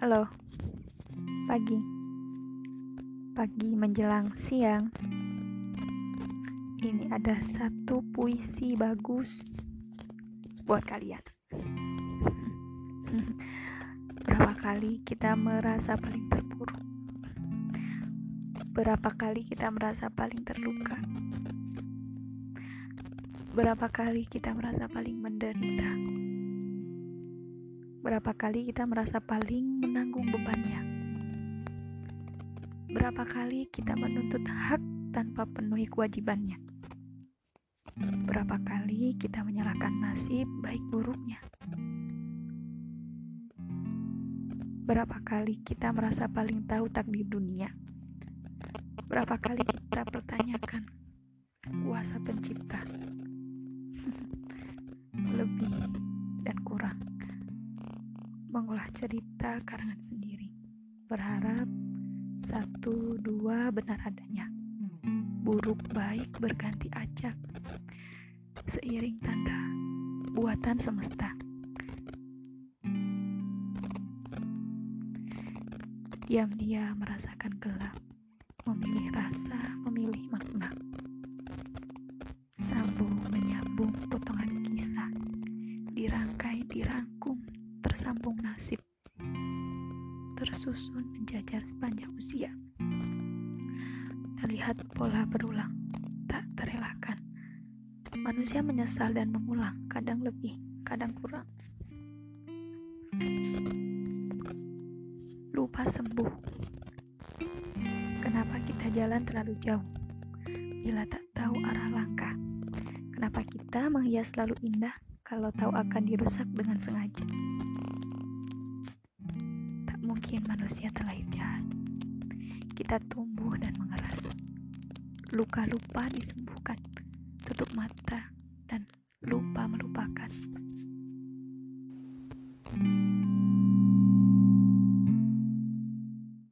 Halo, pagi. Pagi menjelang siang. Ini ada satu puisi bagus buat kalian. Berapa kali kita merasa paling terpuruk? Berapa kali kita merasa paling terluka? Berapa kali kita merasa paling menderita? Berapa kali kita merasa paling menanggung bebannya? Berapa kali kita menuntut hak tanpa penuhi kewajibannya? Berapa kali kita menyalahkan nasib baik buruknya? Berapa kali kita merasa paling tahu takdir dunia? Berapa kali kita pertanyakan kuasa pencipta? Lebih dan kurang. Mengolah cerita karangan sendiri, berharap 1, 2 benar adanya. Buruk baik berganti acak, seiring tanda buatan semesta. Diam-diam merasakan gelap, memilih rasa, memilih makna. Sambung menyambung potongan kisah, dirangkai, dirangkum, tersambung nasib, tersusun menjajar sepanjang usia. Terlihat pola berulang, tak terelakkan. Manusia menyesal dan mengulang, kadang lebih, kadang kurang. Lupa sembuh. Kenapa kita jalan terlalu jauh bila tak tahu arah langkah? Kenapa kita menghias selalu indah kalau tahu akan dirusak dengan sengaja? Tak mungkin manusia terlahir jahat. Kita tumbuh dan mengeras. Luka-lupa disembuhkan. Tutup mata dan lupa melupakan.